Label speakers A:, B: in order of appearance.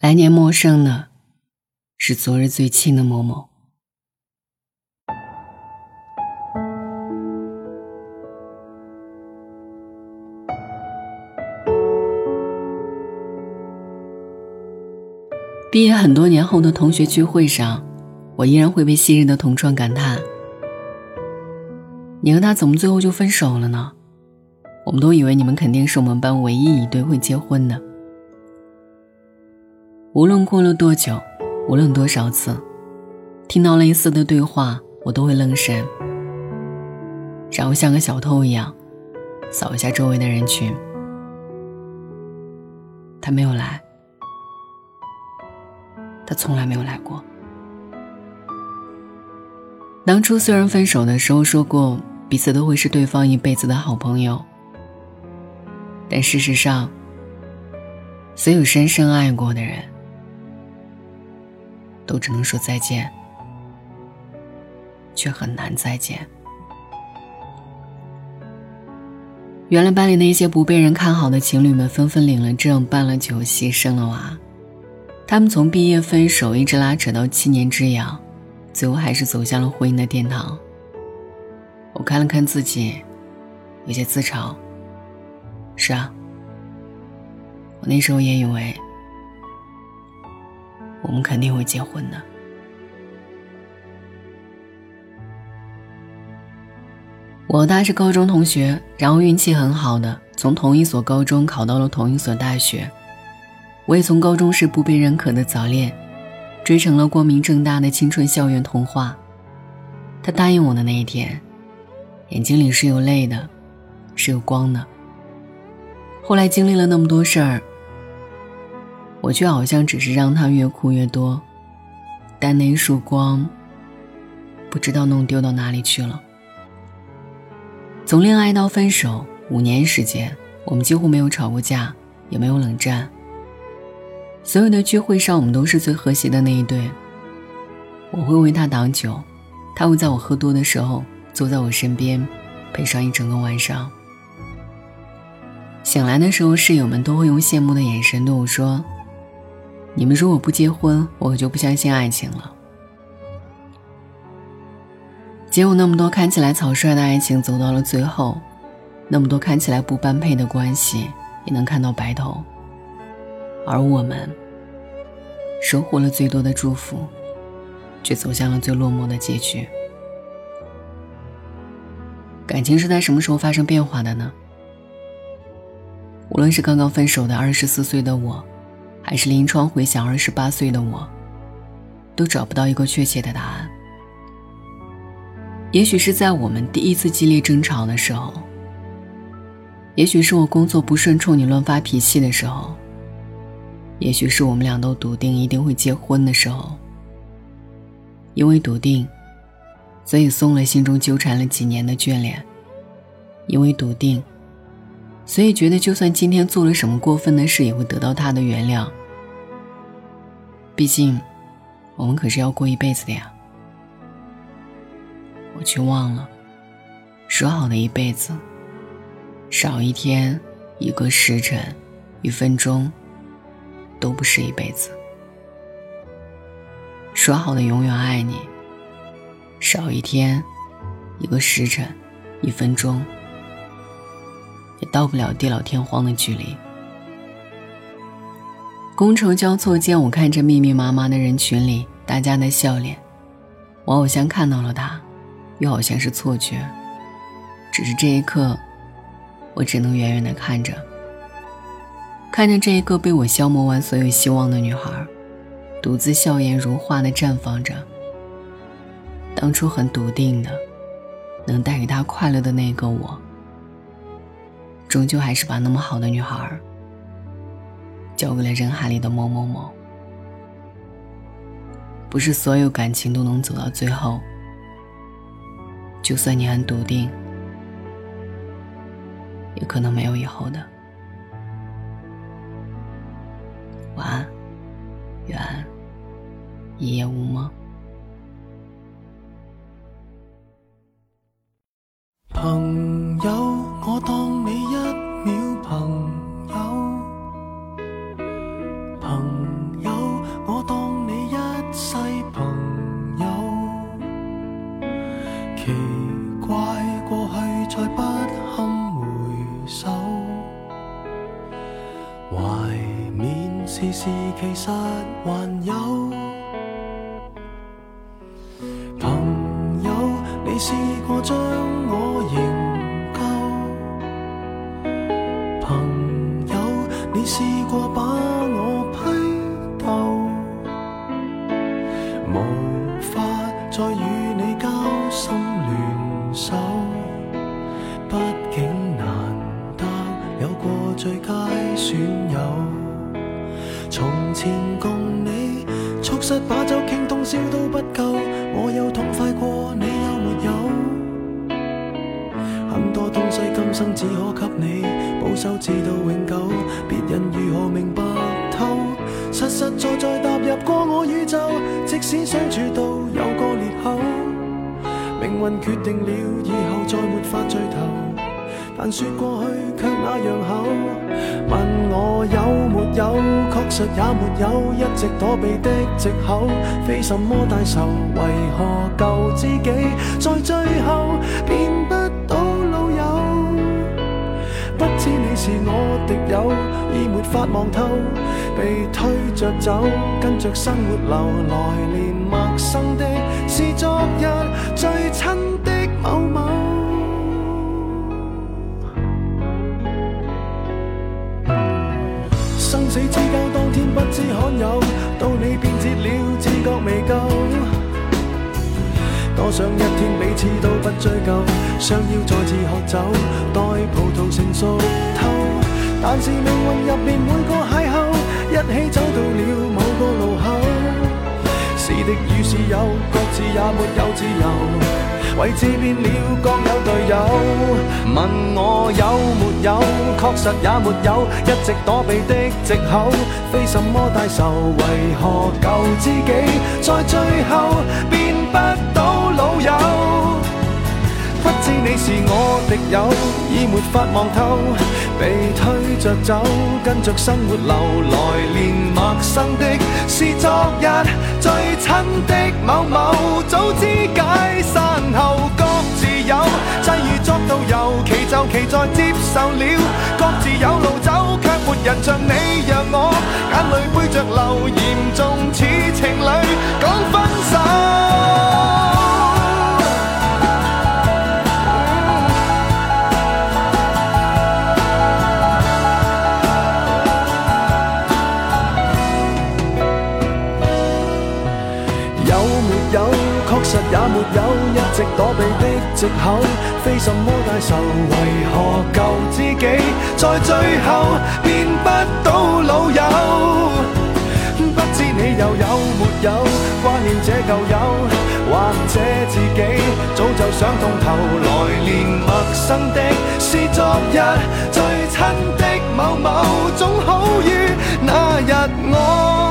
A: 来年陌生的是昨日最亲的某某。毕业很多年后的同学聚会上，我依然会被昔日的同窗感叹，你和他怎么最后就分手了呢？我们都以为你们肯定是我们班唯一一对会结婚的。无论过了多久，无论多少次，听到类似的对话，我都会愣神，然后像个小偷一样扫一下周围的人群。他没有来，他从来没有来过。当初虽然分手的时候说过彼此都会是对方一辈子的好朋友，但事实上，所有深深爱过的人都只能说再见，却很难再见。原来班里那些不被人看好的情侣们纷纷领了证，办了酒席，生了娃。他们从毕业分手一直拉扯到7年之痒，最后还是走向了婚姻的殿堂。我看了看自己，有些自嘲。是啊，我那时候也以为我们肯定会结婚的。我和他是高中同学，然后运气很好的从同一所高中考到了同一所大学。我也从高中时不被认可的早恋追成了光明正大的青春校园童话。他答应我的那一天，眼睛里是有泪的，是有光的。后来经历了那么多事儿，我却好像只是让他越哭越多，但那一束光不知道弄丢到哪里去了。从恋爱到分手5年时间，我们几乎没有吵过架，也没有冷战。所有的聚会上，我们都是最和谐的那一对。我会为他挡酒，他会在我喝多的时候坐在我身边，陪上一整个晚上。醒来的时候，室友们都会用羡慕的眼神对我说，你们如果不结婚，我可就不相信爱情了。结果那么多看起来草率的爱情走到了最后，那么多看起来不般配的关系也能看到白头，而我们收获了最多的祝福，却走向了最落寞的结局。感情是在什么时候发生变化的呢？无论是刚刚分手的24岁的我，还是临窗回想28岁的我，都找不到一个确切的答案。也许是在我们第一次激烈争吵的时候，也许是我工作不顺冲你乱发脾气的时候，也许是我们俩都笃定一定会结婚的时候。因为笃定，所以松了心中纠缠了几年的眷恋。因为笃定，所以觉得就算今天做了什么过分的事，也会得到他的原谅。毕竟我们可是要过一辈子的呀。我却忘了，说好的一辈子，少一天、一个时辰、1分钟，都不是一辈子。说好的永远爱你，少一天、一个时辰、1分钟，也到不了地老天荒的距离。觥筹交错间，我看着密密麻麻的人群里大家的笑脸，我好像看到了他，又好像是错觉。只是这一刻，我只能远远地看着，看着这一个被我消磨完所有希望的女孩，独自笑颜如花地绽放着。当初很笃定的能带给她快乐的那个我，终究还是把那么好的女孩交给了人海里的某某某。不是所有感情都能走到最后，就算你很笃定，也可能没有以后的。晚安，愿一夜无梦。
B: 朋友，我當你1秒朋友，朋友時時其實還有朋友，你試過將我營救，朋友，你試過把我批鬥，無法再與你交心聯手，畢竟難得有過最佳損友。從前共你促膝把酒傾通宵都不夠，我有痛快過你有沒有？很多東西今生只可給你保守至到永久，別人如何明白透？實實在在踏入過我宇宙，即使相處到有個裂口，命運決定了以後再沒法聚頭，但說過去卻那樣厚。問我有沒有，確實也沒有，一直躲避的藉口，非什麼大仇，為何舊知己在最後變不到老友？不知你是我敵友，已沒法望透，被推着走，跟着生活流，來年陌生的是昨日最親的某某。生死之交當天不知罕有，到你變節了自覺未夠，多想一天彼此都不追究，相邀再次喝酒，待葡萄成熟透。但是命運入面每個邂逅，一起走到了某個路口，是敵與是友，各自也沒有自由，位置變了各有隊友。問我有沒有，確實也沒有，一直躲避的藉口，非什麼大仇，為何舊知己在最後變不到老友？不知你是我敵友，已沒法望透，被推着走，跟着生活流，來年陌生的是昨日最親的某某，早知解散後各自有，際遇作導遊，其就其在接受了，各自有路走，卻沒人像你讓我眼淚背着流，嚴重似情侶講分手。確實也沒有，一直躲避的藉口，非什麼大仇，為何舊知己在最後變不到老友？不知你又有沒有掛念這舊友，或者自己早就想通透，來年陌生的是昨日最親的某某，總好於那日我